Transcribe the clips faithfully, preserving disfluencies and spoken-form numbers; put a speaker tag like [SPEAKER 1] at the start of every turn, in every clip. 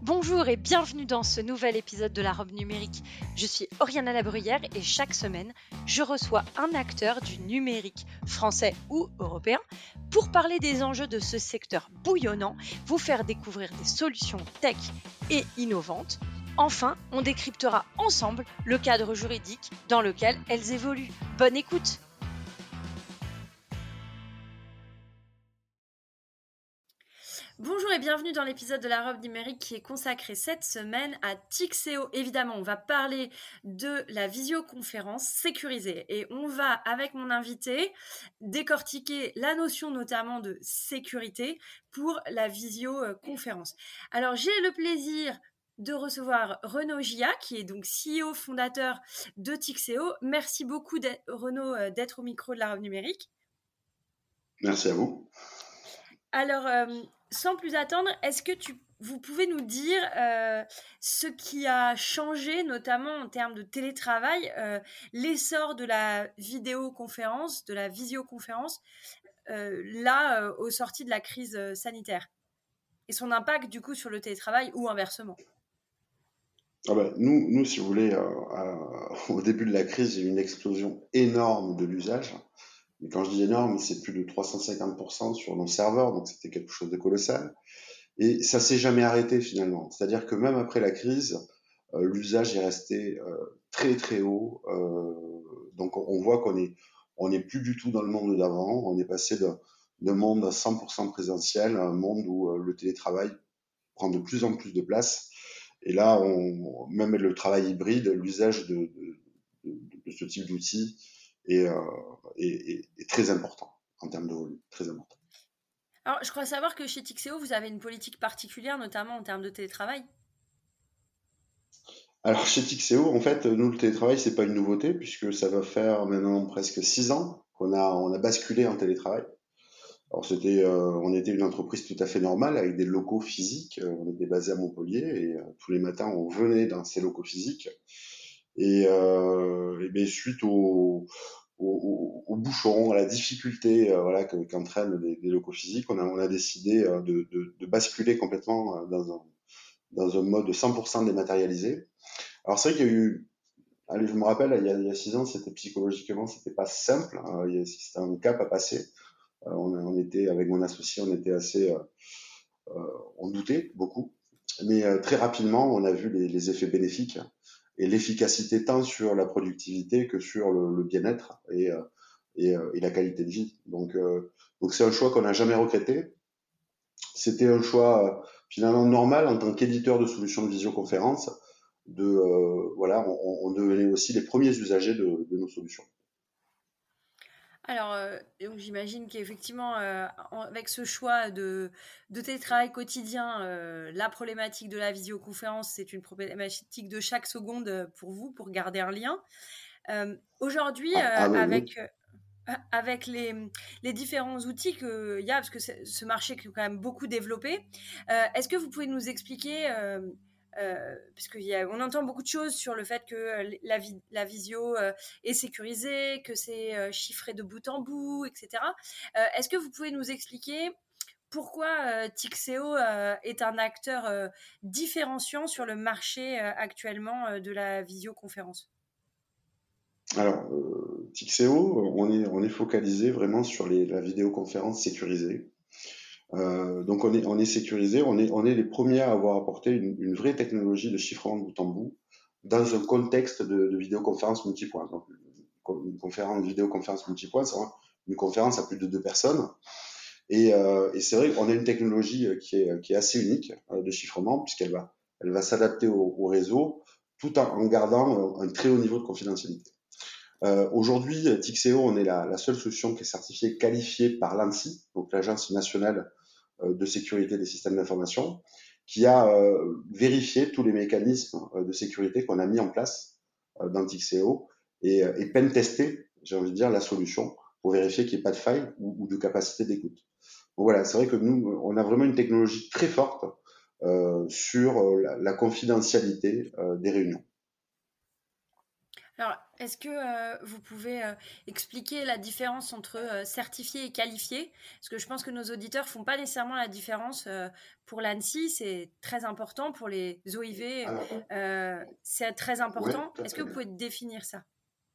[SPEAKER 1] Bonjour et bienvenue dans ce nouvel épisode de la robe numérique. Je suis Oriana Labruyère et chaque semaine, je reçois un acteur du numérique, français ou européen, pour parler des enjeux de ce secteur bouillonnant, vous faire découvrir des solutions tech et innovantes. Enfin, on décryptera ensemble le cadre juridique dans lequel elles évoluent. Bonne écoute! Bonjour et bienvenue dans l'épisode de la robe numérique qui est consacré cette semaine à Tixéo. Évidemment, on va parler de la visioconférence sécurisée et on va, avec mon invité, décortiquer la notion notamment de sécurité pour la visioconférence. Alors, j'ai le plaisir de recevoir Renaud Gia, qui est donc C E O fondateur de Tixéo. Merci beaucoup, Renaud, d'être au micro de la robe numérique.
[SPEAKER 2] Merci à vous.
[SPEAKER 1] Alors, euh, sans plus attendre, est-ce que tu, vous pouvez nous dire euh, ce qui a changé, notamment en termes de télétravail, euh, l'essor de la vidéoconférence, de la visioconférence, euh, là, euh, au sorti de la crise sanitaire, et son impact, du coup, sur le télétravail ou inversement?
[SPEAKER 2] Ah ben, nous, nous, si vous voulez, euh, euh, au début de la crise, il y a eu une explosion énorme de l'usage. Et quand je dis énorme, c'est plus de trois cent cinquante pour cent sur nos serveurs, donc c'était quelque chose de colossal. Et ça s'est jamais arrêté finalement. C'est-à-dire que même après la crise, euh, l'usage est resté euh, très très haut. Euh, donc on voit qu'on est, on n'est plus du tout dans le monde d'avant. On est passé de, de monde à cent pour cent présentiel à un monde où euh, le télétravail prend de plus en plus de place. Et là, on, même le travail hybride, l'usage de, de, de, de ce type d'outils est, euh, est, est, est très important en termes de volume, très important.
[SPEAKER 1] Alors, je crois savoir que chez Tixéo, vous avez une politique particulière, notamment en termes de télétravail.
[SPEAKER 2] Alors chez Tixéo, en fait, nous le télétravail, c'est pas une nouveauté puisque ça va faire maintenant presque six ans qu'on a on a basculé en télétravail. Alors c'était, euh, on était une entreprise tout à fait normale avec des locaux physiques. On était basé à Montpellier et euh, tous les matins on venait dans ces locaux physiques. Et, euh, et bien, suite au, au, au bouchon, à la difficulté euh, voilà, que, qu'entraînent les, les locaux physiques, on a, on a décidé euh, de, de, de basculer complètement euh, dans un, dans un mode cent pour cent dématérialisé. Alors c'est vrai qu'il y a eu, allez, je me rappelle, il y a, il y a six ans, c'était psychologiquement, c'était pas simple, hein, il y a- c'était un cap à passer. Euh, on, on était, avec mon associé, on était assez, euh, euh, on doutait beaucoup. Mais euh, très rapidement, on a vu les, les effets bénéfiques et l'efficacité tant sur la productivité que sur le, le bien-être et, euh, et, euh, et la qualité de vie. Donc, euh, donc c'est un choix qu'on n'a jamais regretté. C'était un choix euh, finalement normal en tant qu'éditeur de solutions de visioconférence. De euh, voilà, on, on devenait aussi les premiers usagers de, de nos solutions.
[SPEAKER 1] Alors, euh, donc j'imagine qu'effectivement, euh, en- avec ce choix de, de télétravail quotidien, euh, la problématique de la visioconférence, c'est une problématique de chaque seconde euh, pour vous, pour garder un lien. Euh, Aujourd'hui,
[SPEAKER 2] Ah,
[SPEAKER 1] euh,
[SPEAKER 2] ah, oui, oui.
[SPEAKER 1] avec, euh, avec les, les différents outils qu'il y a, parce que c'est- ce marché qui est quand même beaucoup développé, euh, est-ce que vous pouvez nous expliquer, euh, euh, parce qu'on entend beaucoup de choses sur le fait que euh, la, vi- la visio euh, est sécurisée, que c'est euh, chiffré de bout en bout, et cetera. Euh, est-ce que vous pouvez nous expliquer pourquoi euh, Tixéo euh, est un acteur euh, différenciant sur le marché euh, actuellement euh, de la visioconférence?
[SPEAKER 2] Alors, euh, Tixéo, on est, on est focalisé vraiment sur les, la vidéoconférence sécurisée. Euh, donc, on est, on est sécurisé, on est, on est les premiers à avoir apporté une, une vraie technologie de chiffrement de bout en bout dans un contexte de, de vidéoconférence multipoint. Donc, une conférence, une vidéoconférence multipoint, c'est vraiment une conférence à plus de deux personnes. Et, euh, et c'est vrai qu'on a une technologie qui est, qui est assez unique euh, de chiffrement puisqu'elle va, elle va s'adapter au, au réseau tout en, en gardant un, un très haut niveau de confidentialité. Euh, Aujourd'hui, Tixéo, on est la, la seule solution qui est certifiée, qualifiée par l'ANSSI, donc l'Agence nationale euh, de sécurité des systèmes d'information, qui a euh, vérifié tous les mécanismes euh, de sécurité qu'on a mis en place euh, dans Tixéo et, et pen-testé, j'ai envie de dire, la solution pour vérifier qu'il n'y ait pas de faille ou, ou de capacité d'écoute. Donc voilà, c'est vrai que nous, on a vraiment une technologie très forte euh, sur euh, la, la confidentialité euh, des réunions.
[SPEAKER 1] Alors, est-ce que euh, vous pouvez euh, expliquer la différence entre euh, certifié et qualifié? Parce que je pense que nos auditeurs font pas nécessairement la différence. Euh, pour l'ANSSI, c'est très important. Pour les O I V,
[SPEAKER 2] Alors,
[SPEAKER 1] euh, c'est très
[SPEAKER 2] ouais,
[SPEAKER 1] important.
[SPEAKER 2] tout à
[SPEAKER 1] Est-ce que
[SPEAKER 2] fait.
[SPEAKER 1] vous pouvez définir ça?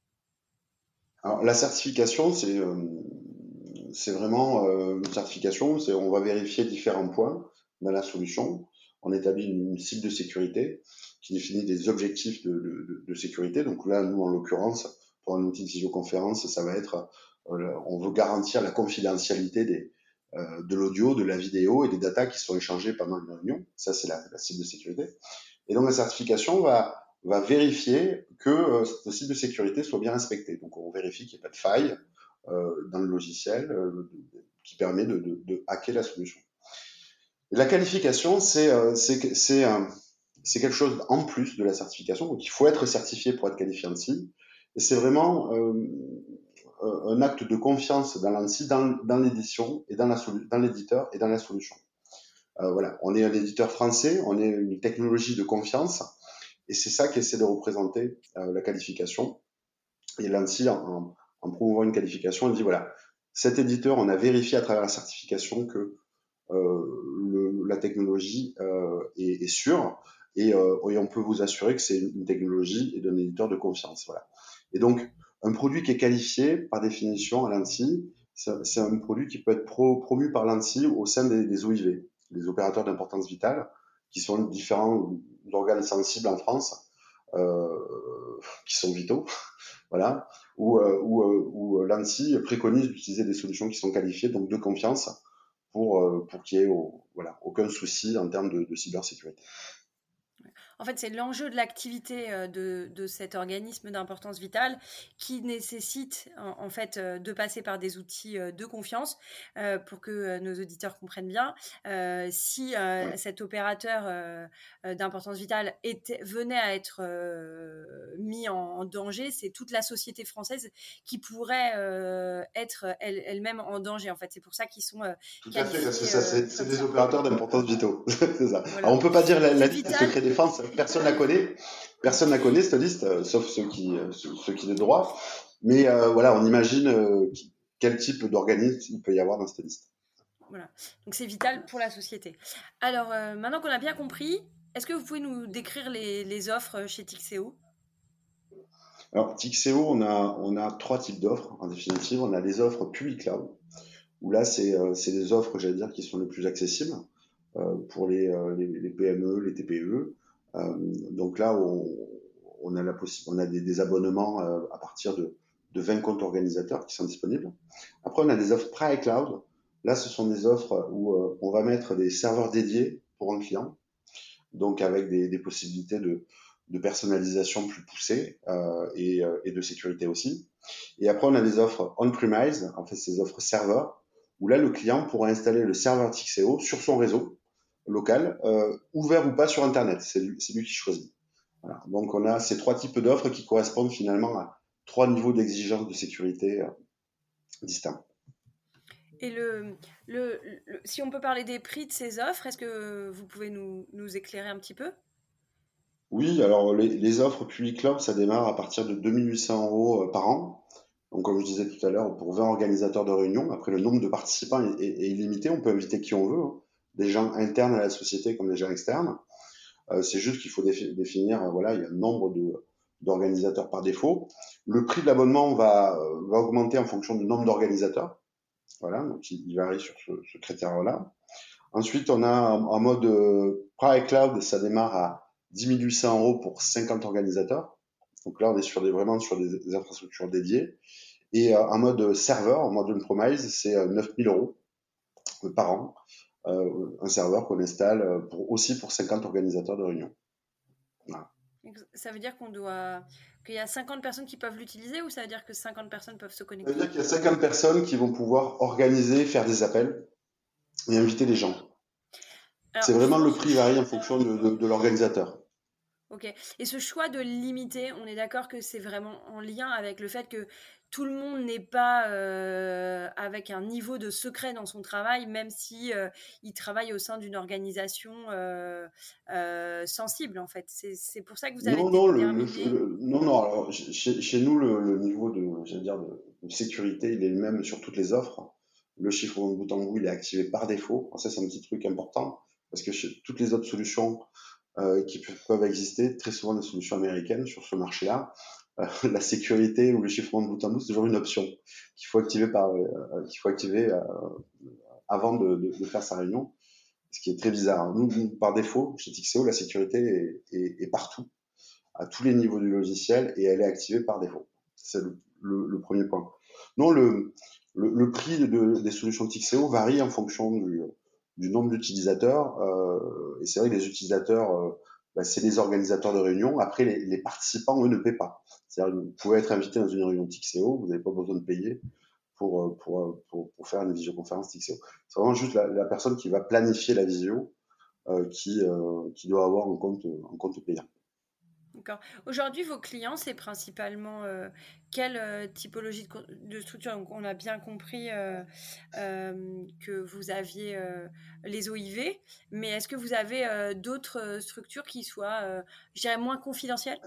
[SPEAKER 2] Alors, la certification, c'est euh, c'est vraiment euh, une certification. C'est on va vérifier différents points dans la solution. On établit une, une cible de sécurité qui définit des objectifs de, de, de sécurité. Donc là, nous, en l'occurrence, pour un outil de visioconférence, ça va être, euh, on veut garantir la confidentialité des, euh, de l'audio, de la vidéo et des datas qui sont échangées pendant une réunion. Ça, c'est la, la cible de sécurité. Et donc la certification va, va vérifier que euh, cette cible de sécurité soit bien respectée. Donc on vérifie qu'il n'y ait pas de faille euh, dans le logiciel euh, qui permet de, de, de hacker la solution. Et la qualification, c'est euh, c'est c'est euh, c'est quelque chose en plus de la certification. Donc il faut être certifié pour être qualifié ANSSI. Et c'est vraiment euh, un acte de confiance dans l'ANSSI, dans, dans l'édition et dans la dans l'éditeur et dans la solution. Euh, voilà, on est un éditeur français, on est une technologie de confiance. Et c'est ça qu'essaie de représenter euh, la qualification. Et l'ANSSI, en, en promouvant une qualification, elle dit voilà, cet éditeur, on a vérifié à travers la certification que euh, le, la technologie euh, est, est sûre et, euh, et on peut vous assurer que c'est une technologie et d'un éditeur de confiance. Voilà. Et donc, un produit qui est qualifié, par définition, à l'ANSSI, c'est un produit qui peut être pro, promu par l'ANSSI au sein des, des O I V, des opérateurs d'importance vitale, qui sont différents organes sensibles en France, euh, qui sont vitaux, voilà, où, euh, où, euh, où l'ANSSI préconise d'utiliser des solutions qui sont qualifiées, donc de confiance, pour, euh, pour qu'il y ait oh, voilà, aucun souci en termes de, de cybersécurité.
[SPEAKER 1] En fait, c'est l'enjeu de l'activité euh, de, de cet organisme d'importance vitale qui nécessite en, en fait euh, de passer par des outils euh, de confiance euh, pour que euh, nos auditeurs comprennent bien. Euh, si euh,
[SPEAKER 2] Ouais.
[SPEAKER 1] cet opérateur euh, d'importance vitale était, venait à être euh, mis en, en danger, c'est toute la société française qui pourrait euh, être elle, elle-même en danger. En fait, c'est pour ça qu'ils sont euh,
[SPEAKER 2] Tout à fait,
[SPEAKER 1] qualifiés
[SPEAKER 2] parce que ça, c'est
[SPEAKER 1] euh,
[SPEAKER 2] des
[SPEAKER 1] ça.
[SPEAKER 2] opérateurs d'importance vitaux. C'est ça.
[SPEAKER 1] Voilà.
[SPEAKER 2] Alors, on peut pas dire la, la liste
[SPEAKER 1] Vital.
[SPEAKER 2] secret défense, personne la connaît. Personne la connaît, cette liste, euh, sauf ceux qui, euh, ceux, ceux qui ont le droit. Mais euh, voilà, on imagine euh, qui, quel type d'organisme il peut y avoir dans cette liste.
[SPEAKER 1] Voilà. Donc c'est vital pour la société. Alors euh, maintenant qu'on a bien compris, est-ce que vous pouvez nous décrire les, les offres chez Tixéo?
[SPEAKER 2] Alors, Tixéo, on a, on a trois types d'offres, en définitive. On a les offres public cloud, où là, c'est euh, c'est des offres, j'allais dire, qui sont les plus accessibles euh, pour les, euh, les, les P M E, les T P E. Euh, donc là, on, on a, la possi- on a des, des abonnements euh, à partir de, de vingt comptes organisateurs qui sont disponibles. Après, on a des offres private cloud. Là, ce sont des offres où euh, on va mettre des serveurs dédiés pour un client, donc avec des, des possibilités de, de personnalisation plus poussées euh, et, euh, et de sécurité aussi. Et après, on a des offres on-premise, en fait, ces offres serveurs, où là, le client pourra installer le serveur Tixéo sur son réseau local, euh, ouvert ou pas sur Internet. C'est lui, c'est lui qui choisit. Voilà. Donc, on a ces trois types d'offres qui correspondent finalement à trois niveaux d'exigence de sécurité euh, distincts.
[SPEAKER 1] Et le, le, le, si on peut parler des prix de ces offres, est-ce que vous pouvez nous, nous éclairer un petit peu?
[SPEAKER 2] Oui, alors les, les offres Public Cloud, ça démarre à partir de deux mille huit cents euros euh, par an. Donc, comme je disais tout à l'heure, pour vingt organisateurs de réunions, après le nombre de participants est, est, est illimité, on peut inviter qui on veut, hein. Des gens internes à la société comme des gens externes. Euh, c'est juste qu'il faut défi- définir, euh, voilà, il y a un nombre de, d'organisateurs par défaut. Le prix de l'abonnement va, euh, va augmenter en fonction du nombre d'organisateurs. Voilà, donc il, il varie sur ce, ce critère-là. Ensuite, on a en, en mode euh, Private Cloud, ça démarre à dix mille huit cents euros pour cinquante organisateurs. Donc là, on est sur des, vraiment sur des, des infrastructures dédiées. Et euh, en mode serveur, en mode on-premise, c'est euh, neuf mille euros par an. Euh, un serveur qu'on installe pour, aussi pour cinquante organisateurs de réunion. Voilà.
[SPEAKER 1] Ça veut dire qu'on doit qu'il y a cinquante personnes qui peuvent l'utiliser ou ça veut dire que cinquante personnes peuvent se
[SPEAKER 2] Ça
[SPEAKER 1] connecter?
[SPEAKER 2] veut dire qu'il y a cinquante personnes qui vont pouvoir organiser, faire des appels et inviter les gens.
[SPEAKER 1] Alors,
[SPEAKER 2] C'est vraiment
[SPEAKER 1] justement,
[SPEAKER 2] le prix varie en fonction de, de, de l'organisateur.
[SPEAKER 1] Ok. Et ce choix de limiter, on est d'accord que c'est vraiment en lien avec le fait que tout le monde n'est pas euh, avec un niveau de secret dans son travail, même si euh, il travaille au sein d'une organisation euh, euh, sensible, en fait. C'est, c'est pour ça que vous avez
[SPEAKER 2] Non, non, le, le-
[SPEAKER 1] déterminé.
[SPEAKER 2] le- non, non. Alors, chez, chez nous, le, le niveau de, j'allais dire, de, de sécurité, il est le même sur toutes les offres. Le chiffrement de bout en bout, il est activé par défaut. Alors ça, c'est un petit truc important parce que chez toutes les autres solutions euh, qui pe- peuvent exister, très souvent des solutions américaines sur ce marché-là, euh, la sécurité ou le chiffrement de bout en bout, c'est toujours une option qu'il faut activer par, euh, qu'il faut activer euh, avant de, de, de faire sa réunion, ce qui est très bizarre. Nous, nous, par défaut, chez Tixeo, la sécurité est, est, est partout à tous les niveaux du logiciel et elle est activée par défaut. C'est le, le, le premier point. Non, le, le, le prix de, des solutions Tixeo varie en fonction du, du nombre d'utilisateurs. Euh, et c'est vrai que les utilisateurs, euh, bah, c'est les organisateurs de réunions. Après, les, les participants, eux, ne paient pas. C'est-à-dire que vous pouvez être invité dans une réunion Tixeo, vous n'avez pas besoin de payer pour, pour, pour, pour faire une visioconférence Tixeo. C'est vraiment juste la, la personne qui va planifier la visio euh, qui, euh, qui doit avoir un compte, un compte payant.
[SPEAKER 1] D'accord. Aujourd'hui, vos clients, c'est principalement euh, quelle euh, typologie de, co- de structure? Donc, on a bien compris euh, euh, que vous aviez euh, les O I V, mais est-ce que vous avez euh, d'autres euh, structures qui soient, euh, je dirais, moins confidentielles?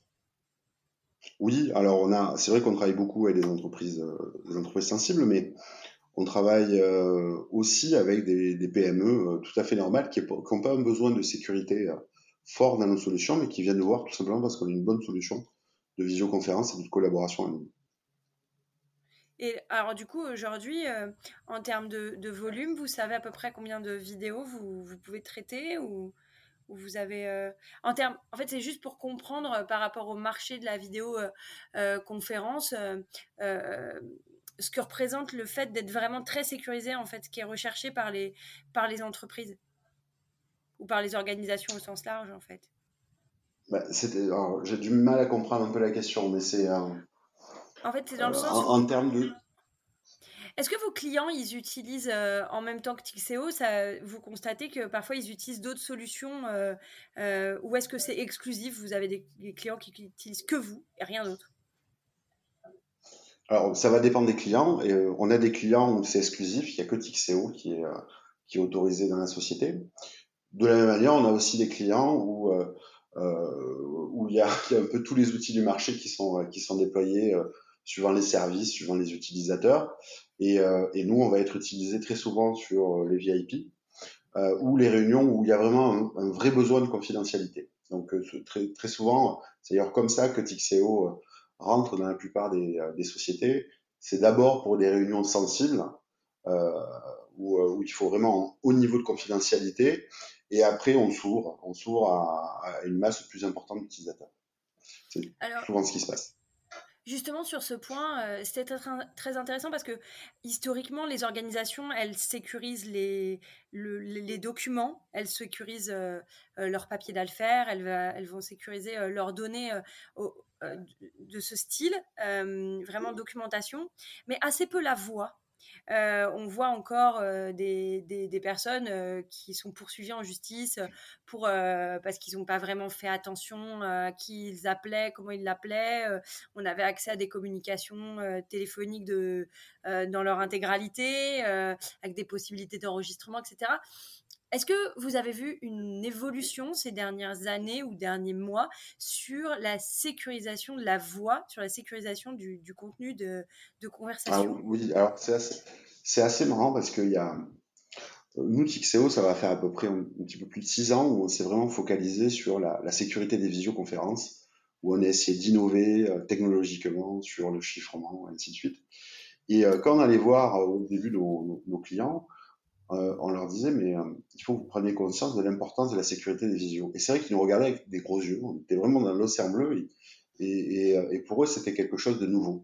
[SPEAKER 2] Oui, alors on a, c'est vrai qu'on travaille beaucoup avec des entreprises, euh, des entreprises sensibles, mais on travaille euh, aussi avec des, des P M E euh, tout à fait normales qui n'ont pas un besoin de sécurité euh, fort dans nos solutions, mais qui viennent nous voir tout simplement parce qu'on a une bonne solution de visioconférence et de collaboration en ligne.
[SPEAKER 1] Et alors, du coup, aujourd'hui, euh, en termes de, de volume, vous savez à peu près combien de vidéos vous, vous pouvez traiter ou, ou vous avez euh, en termes, en fait, c'est juste pour comprendre euh, par rapport au marché de la vidéo euh, euh, conférence euh, euh, ce que représente le fait d'être vraiment très sécurisé, en fait, ce qui est recherché par les, par les entreprises ou par les organisations au sens large, en fait.
[SPEAKER 2] Bah, c'était, alors, j'ai du mal à comprendre un peu la question, mais c'est euh,
[SPEAKER 1] En fait, c'est dans le
[SPEAKER 2] euh,
[SPEAKER 1] sens
[SPEAKER 2] en,
[SPEAKER 1] où
[SPEAKER 2] en termes de.
[SPEAKER 1] est-ce que vos clients, ils utilisent euh, en même temps que Tixeo, ça, vous constatez que parfois ils utilisent d'autres solutions euh, euh, ou est-ce que c'est exclusif? Vous avez des, des clients qui utilisent que vous et rien d'autre?
[SPEAKER 2] Alors, ça va dépendre des clients. Et, euh, on a des clients où c'est exclusif, il n'y a que Tixeo qui est, euh, qui est autorisé dans la société. De la même manière, on a aussi des clients où, euh, euh, où il y a, il y a un peu tous les outils du marché qui sont, qui sont déployés euh, suivant les services, suivant les utilisateurs. Et, euh, et nous, on va être utilisé très souvent sur les V I P euh, ou les réunions où il y a vraiment un, un vrai besoin de confidentialité. Donc euh, très, très souvent, c'est d'ailleurs comme ça que Tixeo euh, rentre dans la plupart des, euh, des sociétés. C'est d'abord pour des réunions sensibles euh, où, euh, où il faut vraiment un haut niveau de confidentialité. Et après, on s'ouvre, on s'ouvre à, à une masse plus importante d'utilisateurs. C'est
[SPEAKER 1] Alors,
[SPEAKER 2] souvent ce qui se passe.
[SPEAKER 1] justement, sur ce point, euh, c'était très, très intéressant parce que historiquement, les organisations, elles sécurisent les, le- les documents, elles sécurisent euh, euh, leurs papiers d'affaires, elles, va- elles vont sécuriser euh, leurs données euh, au- euh, de de ce style, euh, vraiment documentation, mais assez peu la voix. Euh, on voit encore euh, des, des- des personnes euh, qui sont poursuivies en justice pour, euh, parce qu'ils n'ont pas vraiment fait attention à qui ils appelaient, comment ils l'appelaient. Euh, on avait accès à des communications euh, téléphoniques de, euh, dans leur intégralité, euh, avec des possibilités d'enregistrement, et cetera. Est-ce que vous avez vu une évolution ces dernières années ou derniers mois sur la sécurisation de la voix, sur la sécurisation du, du contenu de, de
[SPEAKER 2] Ah
[SPEAKER 1] conversation?
[SPEAKER 2] oui, alors c'est assez, c'est assez marrant parce qu'il y a, nous, Tixeo, ça va faire à peu près un, un petit peu plus de six ans où on s'est vraiment focalisé sur la, la sécurité des visioconférences, où on a essayé d'innover euh, technologiquement sur le chiffrement, et ainsi de suite. Et euh, quand on allait voir euh, au début nos, nos, nos clients, euh, on leur disait, mais euh, il faut que vous preniez conscience de l'importance de la sécurité des visios. Et c'est vrai qu'ils nous regardaient avec des gros yeux, on était vraiment dans l'océan bleu, et, et, et, euh, et pour eux, c'était quelque chose de nouveau.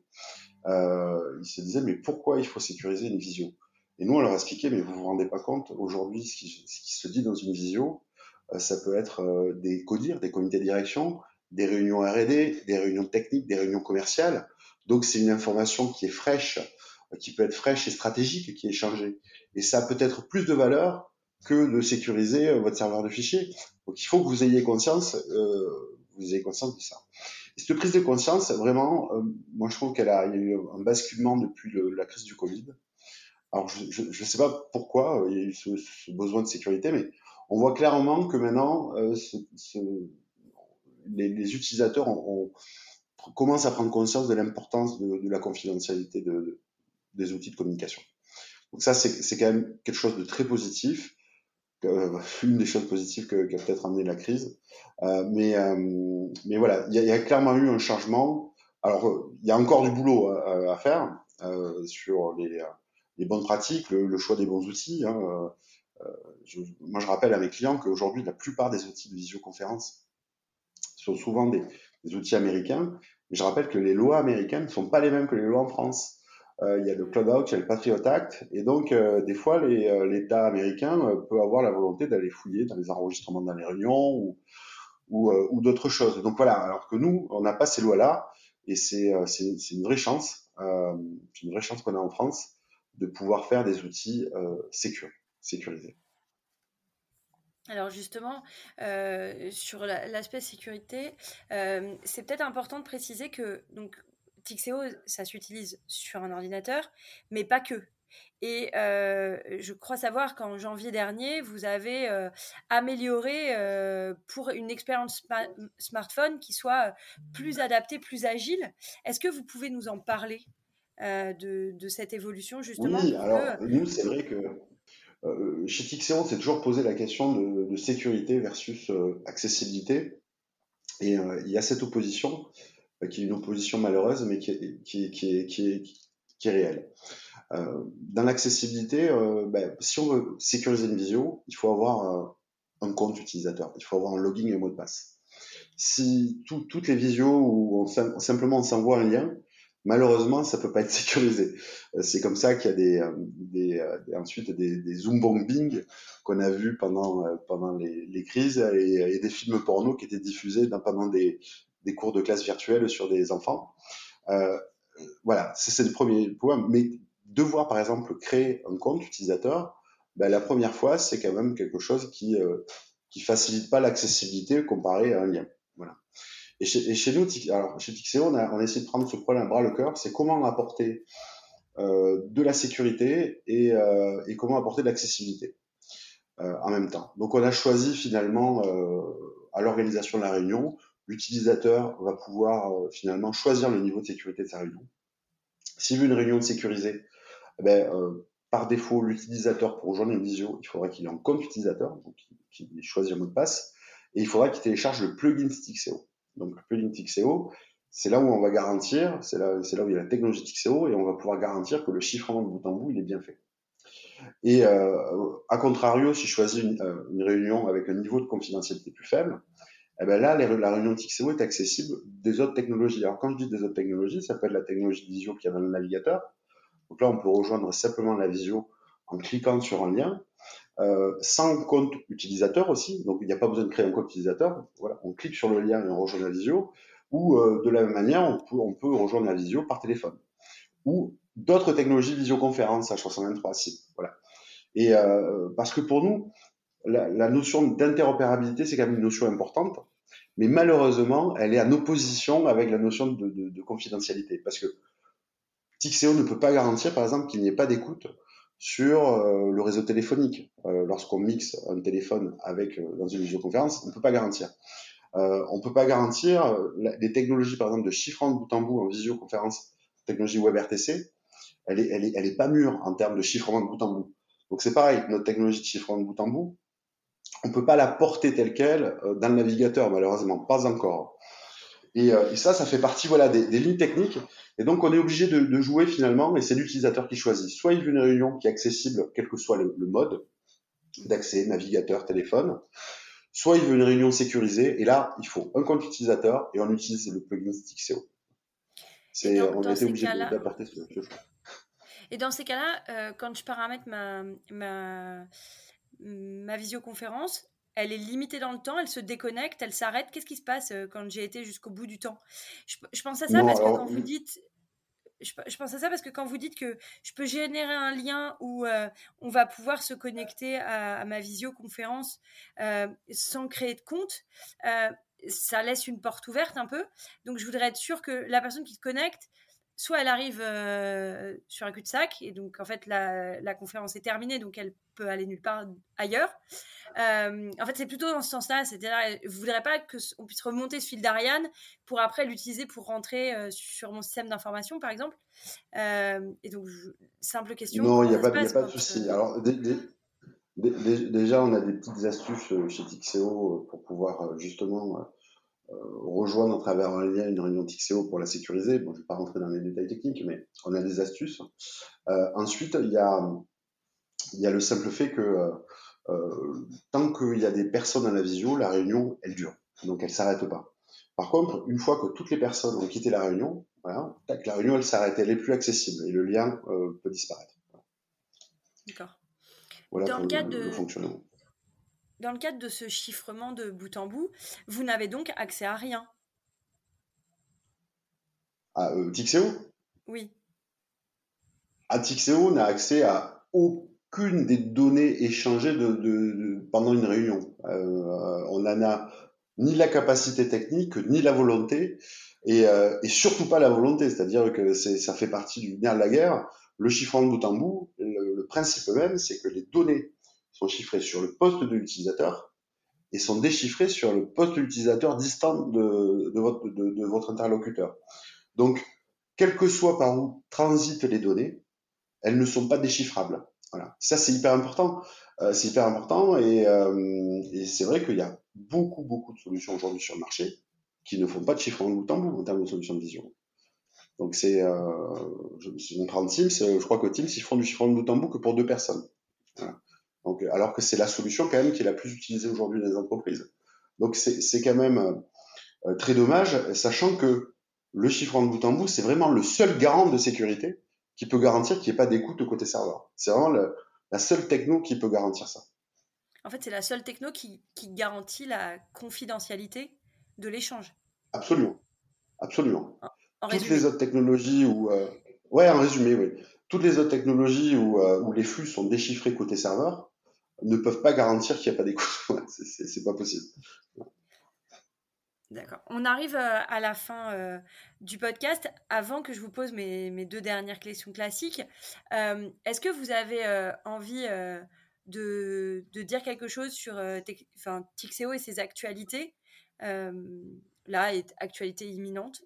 [SPEAKER 2] Euh, ils se disaient, mais pourquoi il faut sécuriser une visio? Et nous, on leur expliquait, mais vous vous rendez pas compte, aujourd'hui, ce qui, ce qui se dit dans une visio, euh, ça peut être euh, des CODIR, des comités de direction, des réunions R et D, des réunions techniques, des réunions commerciales. Donc, c'est une information qui est fraîche, euh, qui peut être fraîche et stratégique, qui est échangée. Et ça a peut-être plus de valeur que de sécuriser euh, votre serveur de fichiers. Donc il faut que vous ayez conscience, euh, vous ayez conscience de ça. Et cette prise de conscience, vraiment, euh, moi je trouve qu'elle a, il y a eu un basculement depuis le, la crise du Covid. Alors je ne sais pas pourquoi euh, il y a eu ce, ce besoin de sécurité, mais on voit clairement que maintenant euh, ce, ce, les, les utilisateurs ont, ont, commencent à prendre conscience de l'importance de, de la confidentialité de, de, des outils de communication. Donc ça, c'est quand même quelque chose de très positif, euh, une des choses positives que, qu'a peut-être amené la crise. Euh, mais, euh, mais voilà, il y, y, a clairement eu un changement. Alors, il y a encore du boulot à, à faire euh, sur les, les bonnes pratiques, le, le choix des bons outils. Hein. Euh, je, moi, je rappelle à mes clients qu'aujourd'hui, la plupart des outils de visioconférence sont souvent des, des outils américains. Mais je rappelle que les lois américaines ne sont pas les mêmes que les lois en France. Euh, il y a le Cloud-Out, il y a le Patriot Act, et donc euh, des fois les, euh, l'État américain euh, peut avoir la volonté d'aller fouiller dans les enregistrements dans les réunions ou, ou, euh, ou d'autres choses. Donc voilà, alors que nous, on n'a pas ces lois-là, et c'est, euh, c'est, c'est une vraie chance, euh, c'est une vraie chance qu'on a en France de pouvoir faire des outils euh, sécur, sécurisés.
[SPEAKER 1] Alors justement, euh, sur la, l'aspect sécurité, euh, c'est peut-être important de préciser que donc, Tixeo, ça s'utilise sur un ordinateur, mais pas que. Et euh, je crois savoir qu'en janvier dernier, vous avez euh, amélioré euh, pour une expérience spa- smartphone qui soit plus adaptée, plus agile. Est-ce que vous pouvez nous en parler euh, de, de cette évolution justement
[SPEAKER 2] Oui,
[SPEAKER 1] pour
[SPEAKER 2] alors
[SPEAKER 1] que...
[SPEAKER 2] nous, c'est vrai que euh, chez Tixeon, on s'est toujours posé la question de, de sécurité versus euh, accessibilité. Et euh, il y a cette opposition, euh, qui est une opposition malheureuse, mais qui est, qui est, qui est, qui est, qui est réelle. Euh, dans l'accessibilité, euh, ben, si on veut sécuriser une visio, il faut avoir euh, un compte utilisateur, il faut avoir un login et un mot de passe. Si tout, toutes les visios où on, simplement on s'envoie un lien, malheureusement, ça peut pas être sécurisé. C'est comme ça qu'il y a des, des, des ensuite des, des zoom bombing qu'on a vu pendant pendant les, les crises et, et des films porno qui étaient diffusés dans, pendant des, des cours de classe virtuelle sur des enfants. Euh, voilà, c'est, c'est le premier point. Mais devoir par exemple créer un compte utilisateur, ben, la première fois, c'est quand même quelque chose qui euh, qui facilite pas l'accessibilité comparé à un lien. Voilà. Et chez, et chez nous, alors chez Tixeo, on a, on a essayé de prendre ce problème à bras le cœur, c'est comment apporter euh, de la sécurité et, euh, et comment apporter de l'accessibilité euh, en même temps. Donc on a choisi finalement, euh, à l'organisation de la réunion, l'utilisateur va pouvoir euh, finalement choisir le niveau de sécurité de sa réunion. S'il veut une réunion sécurisée, eh ben, euh, par défaut, l'utilisateur, pour rejoindre une visio, il faudra qu'il ait un compte utilisateur, donc qu'il choisisse un mot de passe, et il faudra qu'il télécharge le plugin Tixeo. Donc le plugin Tixeo, c'est là où on va garantir, c'est là, c'est là où il y a la technologie Tixeo, et on va pouvoir garantir que le chiffrement de bout en bout, il est bien fait. Et euh, à contrario, si je choisis une, euh, une réunion avec un niveau de confidentialité plus faible, eh ben là, les, la réunion Tixeo est accessible des autres technologies. Alors quand je dis des autres technologies, ça peut être la technologie de visio qu'il y a dans le navigateur. Donc là, on peut rejoindre simplement la visio en cliquant sur un lien, euh, sans compte utilisateur aussi. Donc il n'y a pas besoin de créer un compte utilisateur. Voilà, on clique sur le lien et on rejoint la visio. Ou euh, de la même manière, on peut, on peut rejoindre la visio par téléphone. Ou d'autres technologies visioconférence, H trois cent vingt-trois, si. Voilà. Et euh, parce que pour nous, la, la notion d'interopérabilité, c'est quand même une notion importante, mais malheureusement, elle est en opposition avec la notion de, de, de confidentialité. Parce que Tixeo ne peut pas garantir, par exemple, qu'il n'y ait pas d'écoute sur euh, le réseau téléphonique. Euh, lorsqu'on mixe un téléphone avec euh, dans une visioconférence, on ne peut pas garantir. Euh, on ne peut pas garantir euh, les technologies, par exemple, de chiffrement de bout en bout en visioconférence, technologie WebRTC, elle est, elle est, elle est pas mûre en termes de chiffrement de bout en bout. Donc c'est pareil, notre technologie de chiffrement de bout en bout, on peut pas la porter telle quelle euh, dans le navigateur, malheureusement, pas encore. Et, euh, et ça, ça fait partie voilà des, des lignes techniques. Et donc on est obligé de, de jouer finalement, et c'est l'utilisateur qui choisit. Soit il veut une réunion qui est accessible, quel que soit le, le mode d'accès, navigateur, téléphone. Soit il veut une réunion sécurisée, et là, il faut un compte utilisateur, et on utilise le plugin Tixeo.
[SPEAKER 1] Et
[SPEAKER 2] C'est,
[SPEAKER 1] dans,
[SPEAKER 2] on a
[SPEAKER 1] dans
[SPEAKER 2] été
[SPEAKER 1] ces
[SPEAKER 2] obligé de,
[SPEAKER 1] cas-là,
[SPEAKER 2] d'apporter ce, ce choix.
[SPEAKER 1] Et dans ces cas-là, euh, quand je paramètre ma, ma, ma visioconférence, elle est limitée dans le temps, elle se déconnecte, elle s'arrête. Qu'est-ce qui se passe euh, quand j'ai été jusqu'au bout du temps? je, je pense à ça
[SPEAKER 2] Non,
[SPEAKER 1] parce que
[SPEAKER 2] alors,
[SPEAKER 1] quand vous dites... je, je pense à ça parce que quand vous dites que je peux générer un lien où euh, on va pouvoir se connecter à, à ma visioconférence euh, sans créer de compte, euh, ça laisse une porte ouverte un peu. Donc, je voudrais être sûre que la personne qui se connecte, soit elle arrive euh, sur un cul-de-sac et donc en fait la, la conférence est terminée, donc elle peut aller nulle part ailleurs. Euh, en fait, c'est plutôt dans ce sens-là, c'est-à-dire, je voudrais pas que on puisse remonter ce fil d'Ariane pour après l'utiliser pour rentrer euh, sur mon système d'information, par exemple. Euh, et donc, je, simple question,
[SPEAKER 2] Non, il
[SPEAKER 1] comment
[SPEAKER 2] n'y a
[SPEAKER 1] ça se
[SPEAKER 2] pas, il y a
[SPEAKER 1] passe
[SPEAKER 2] pas de
[SPEAKER 1] quand
[SPEAKER 2] souci.
[SPEAKER 1] euh...
[SPEAKER 2] Alors, dé- dé- dé- dé- déjà, on a des petites astuces euh, chez Tixeo pour pouvoir euh, justement euh, rejoindre à travers un lien une réunion Tixeo pour la sécuriser. Bon, je ne vais pas rentrer dans les détails techniques, mais on a des astuces. Euh, ensuite, il y a, il y a le simple fait que euh, euh, tant qu'il y a des personnes à la visio, la réunion, elle dure. Donc, elle s'arrête pas. Par contre, une fois que toutes les personnes ont quitté la réunion, voilà, tac, la réunion, elle s'arrête, elle est plus accessible et le lien euh, peut disparaître.
[SPEAKER 1] D'accord.
[SPEAKER 2] Voilà
[SPEAKER 1] Dans
[SPEAKER 2] pour
[SPEAKER 1] le
[SPEAKER 2] le,
[SPEAKER 1] cadre
[SPEAKER 2] le
[SPEAKER 1] de,
[SPEAKER 2] fonctionnement.
[SPEAKER 1] dans le cadre de ce chiffrement de bout en bout, vous n'avez donc accès à rien.
[SPEAKER 2] À euh, Tixeo,
[SPEAKER 1] Oui.
[SPEAKER 2] à Tixeo, on n'a accès à aucune des données échangées de, de, de- pendant une réunion. Euh, on n'en a ni la capacité technique, ni la volonté, et, euh, et surtout pas la volonté. C'est-à-dire que c'est, ça fait partie du nerf de la guerre. Le chiffrement de bout en bout, le, le principe même, c'est que les données sont chiffrées sur le poste de l'utilisateur et sont déchiffrées sur le poste de l'utilisateur distant de, de, votre, de, de votre interlocuteur. Donc, quel que soit par où transitent les données, elles ne sont pas déchiffrables. Voilà. Ça, c'est hyper important. Euh, c'est hyper important et, euh, et c'est vrai qu'il y a beaucoup, beaucoup de solutions aujourd'hui sur le marché qui ne font pas de chiffrement de bout en bout en termes de solutions de vision. Donc, c'est, euh, je me suis montré en Teams, je crois que Teams, ils font du chiffrement de bout en bout que pour deux personnes. Voilà. Donc, alors que c'est la solution quand même qui est la plus utilisée aujourd'hui dans les entreprises. Donc, c'est, c'est quand même euh, très dommage, sachant que le chiffrement de bout en bout, c'est vraiment le seul garant de sécurité qui peut garantir qu'il n'y ait pas d'écoute côté serveur. C'est vraiment le, la seule techno qui peut garantir ça.
[SPEAKER 1] En fait, c'est la seule techno qui, qui garantit la confidentialité de l'échange.
[SPEAKER 2] Absolument, absolument.
[SPEAKER 1] En, en
[SPEAKER 2] Toutes les
[SPEAKER 1] résumé.
[SPEAKER 2] autres technologies où, euh, ouais, en résumé, oui, toutes les autres technologies où, euh, où les flux sont déchiffrés côté serveur ne peuvent pas garantir qu'il n'y a pas d'écoute. c'est, c'est, c'est pas possible.
[SPEAKER 1] D'accord. On arrive euh, à la fin euh, du podcast. Avant que je vous pose mes, mes deux dernières questions classiques, euh, est-ce que vous avez euh, envie euh, de, de dire quelque chose sur euh, tec- enfin, Tixeo et ses actualités euh, là, et actualité imminente?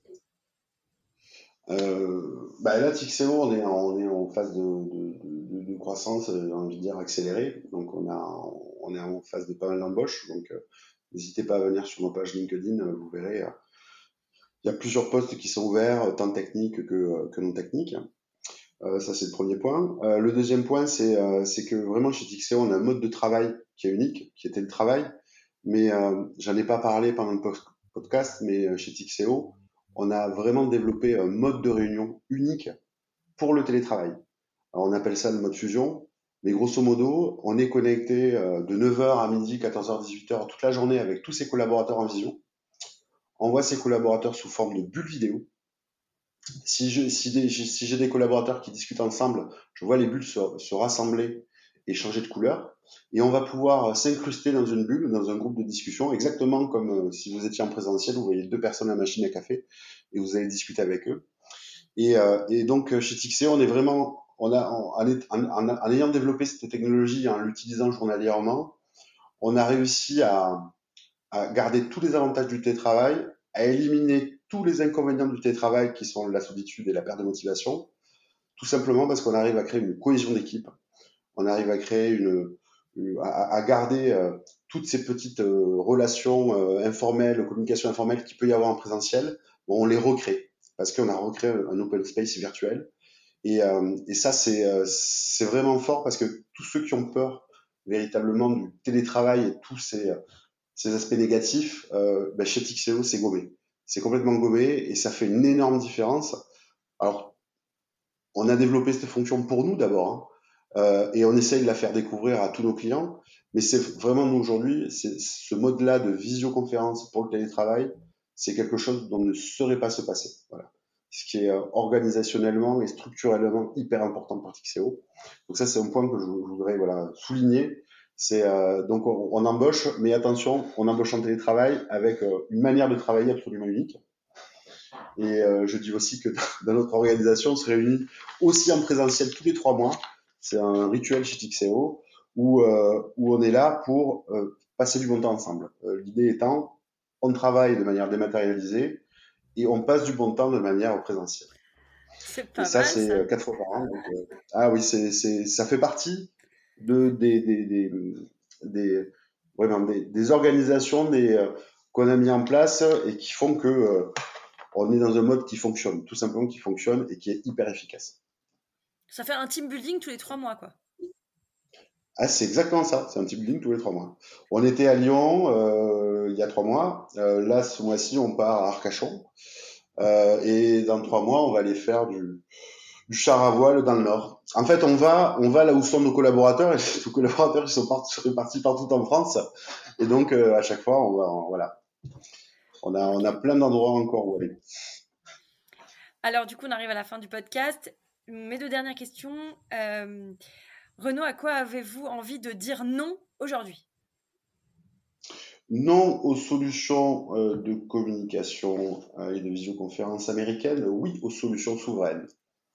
[SPEAKER 2] Euh, bah là, Tixeo, on est, en- on est en phase de, de, de, de croissance, euh, j'ai envie de dire accélérée. Donc, on, a, on est en phase de pas mal d'embauches. Donc, euh, n'hésitez pas à venir sur nos pages LinkedIn, euh, vous verrez. euh, Il y a plusieurs postes qui sont ouverts, euh, tant techniques que, euh, que non techniques. Euh, ça, c'est le premier point. Euh, le deuxième point, c'est euh, c'est que vraiment chez Tixeo, on a un mode de travail qui est unique, qui était le travail. Mais euh, j'en ai pas parlé pendant le podcast, mais euh, chez Tixeo, on a vraiment développé un mode de réunion unique pour le télétravail. Alors, on appelle ça le mode fusion, mais grosso modo, on est connecté euh, de neuf heures à midi, quatorze heures, dix-huit heures toute la journée avec tous ses collaborateurs en vision. On voit ses collaborateurs sous forme de bulles vidéo. Si je, si des- si j'ai des collaborateurs qui discutent ensemble, je vois les bulles se, se rassembler et changer de couleur. Et on va pouvoir s'incruster dans une bulle, dans un groupe de discussion, exactement comme euh, si vous étiez en présentiel, vous voyez deux personnes à la machine à café et vous allez discuter avec eux. Et, euh, et donc chez Tixeo, on est vraiment, on a, en, en, en, en ayant développé cette technologie, en l'utilisant journalièrement, on a réussi à, à garder tous les avantages du télétravail, à éliminer tous les inconvénients du télétravail qui sont la solitude et la perte de motivation, tout simplement parce qu'on arrive à créer une cohésion d'équipe, on arrive à créer une, une à, à, garder euh, toutes ces petites euh, relations euh, informelles, communications informelles qu'il peut y avoir en présentiel, bon, on les recrée parce qu'on a recréé un open space virtuel. Et, euh, et ça, c'est, euh, c'est vraiment fort parce que tous ceux qui ont peur véritablement du télétravail et tous ces, ces aspects négatifs, euh, ben chez Tixeo, c'est gommé. C'est complètement gommé et ça fait une énorme différence. Alors, on a développé cette fonction pour nous d'abord, hein, euh, et on essaye de la faire découvrir à tous nos clients. Mais c'est vraiment nous aujourd'hui, c'est ce mode-là de visioconférence pour le télétravail, c'est quelque chose dont ne saurait pas se passer. Voilà. ce qui est euh, organisationnellement et structurellement hyper important pour Tixéo. Donc ça, c'est un point que je, je voudrais voilà, souligner. C'est euh, donc on, on embauche, mais attention, on embauche en télétravail avec euh, une manière de travailler absolument unique. Et euh, je dis aussi que dans notre organisation, on se réunit aussi en présentiel tous les trois mois. C'est un rituel chez Tixéo où, euh, où on est là pour euh, passer du bon temps ensemble. Euh, l'idée étant, on travaille de manière dématérialisée et on passe du bon temps de manière présentielle.
[SPEAKER 1] C'est
[SPEAKER 2] Et
[SPEAKER 1] pas
[SPEAKER 2] ça,
[SPEAKER 1] mal
[SPEAKER 2] c'est
[SPEAKER 1] ça.
[SPEAKER 2] euh, quatre fois par an. Donc, euh, ah oui, c'est, c'est, ça fait partie de, des, des, des, des, vraiment des, des organisations des, euh, qu'on a mis en place et qui font que euh, on est dans un mode qui fonctionne, tout simplement qui fonctionne et qui est hyper efficace.
[SPEAKER 1] Ça fait un team building tous les trois mois, quoi.
[SPEAKER 2] Ah, c'est exactement ça, c'est un team building tous les trois mois. On était à Lyon euh, il y a trois mois, euh, là ce mois-ci on part à Arcachon, euh, et dans trois mois on va aller faire du, du char à voile dans le Nord. En fait on va, on va là où sont nos collaborateurs, et nos collaborateurs ils sont partis, répartis partout en France, et donc euh, à chaque fois on va, on- voilà, on a, on a
[SPEAKER 1] Ok.
[SPEAKER 2] plein d'endroits encore où aller.
[SPEAKER 1] Alors, du coup, on arrive à la fin du podcast. Mes deux dernières questions. Euh, Renaud, à quoi avez-vous envie de dire non aujourd'hui?
[SPEAKER 2] Non aux solutions euh, de communication euh, et de visioconférence américaines, oui aux solutions souveraines.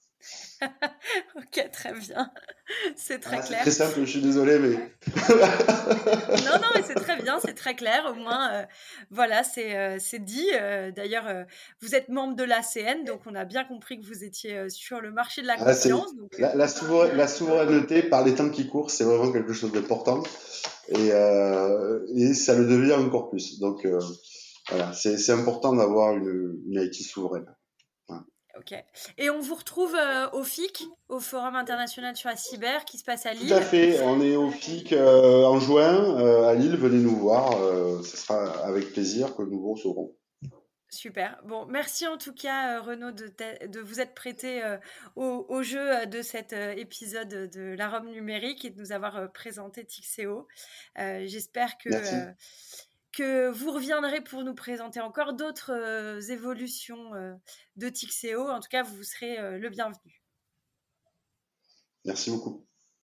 [SPEAKER 1] Ok, très bien. C'est très
[SPEAKER 2] Ah, c'est
[SPEAKER 1] clair.
[SPEAKER 2] très simple, je suis désolé, mais
[SPEAKER 1] Non, non, mais c'est très bien, c'est très clair. Au moins, euh, voilà, c'est euh, c'est dit. Euh, d'ailleurs, euh, vous êtes membre de l'A C N, donc on a bien compris que vous étiez euh, sur le marché de la
[SPEAKER 2] ah, c'est
[SPEAKER 1] confiance. Donc, euh,
[SPEAKER 2] la, la, souverain- la souveraineté par les temps qui courent, c'est vraiment quelque chose d'important et, euh, et ça le devient encore plus. Donc euh, voilà, c'est c'est important d'avoir une, une I T souveraine. Voilà.
[SPEAKER 1] ok. Et on vous retrouve euh, au F I C, au Forum international sur la cyber, qui se passe à
[SPEAKER 2] Tout à
[SPEAKER 1] Lille.
[SPEAKER 2] fait, on est au F I C euh, en juin euh, à Lille, venez nous voir, euh, ce sera avec plaisir que nous vous recevrons.
[SPEAKER 1] Super. Bon, merci en tout cas, euh, Renaud, de, t'a- de vous être prêté euh, au, au jeu euh, de cet euh, épisode de la Rome numérique et de nous avoir euh, présenté Tixéo. Euh, j'espère que,
[SPEAKER 2] Merci,
[SPEAKER 1] euh, que vous reviendrez pour nous présenter encore d'autres euh, évolutions euh, de Tixéo. En tout cas, vous serez euh, le bienvenu.
[SPEAKER 2] merci beaucoup.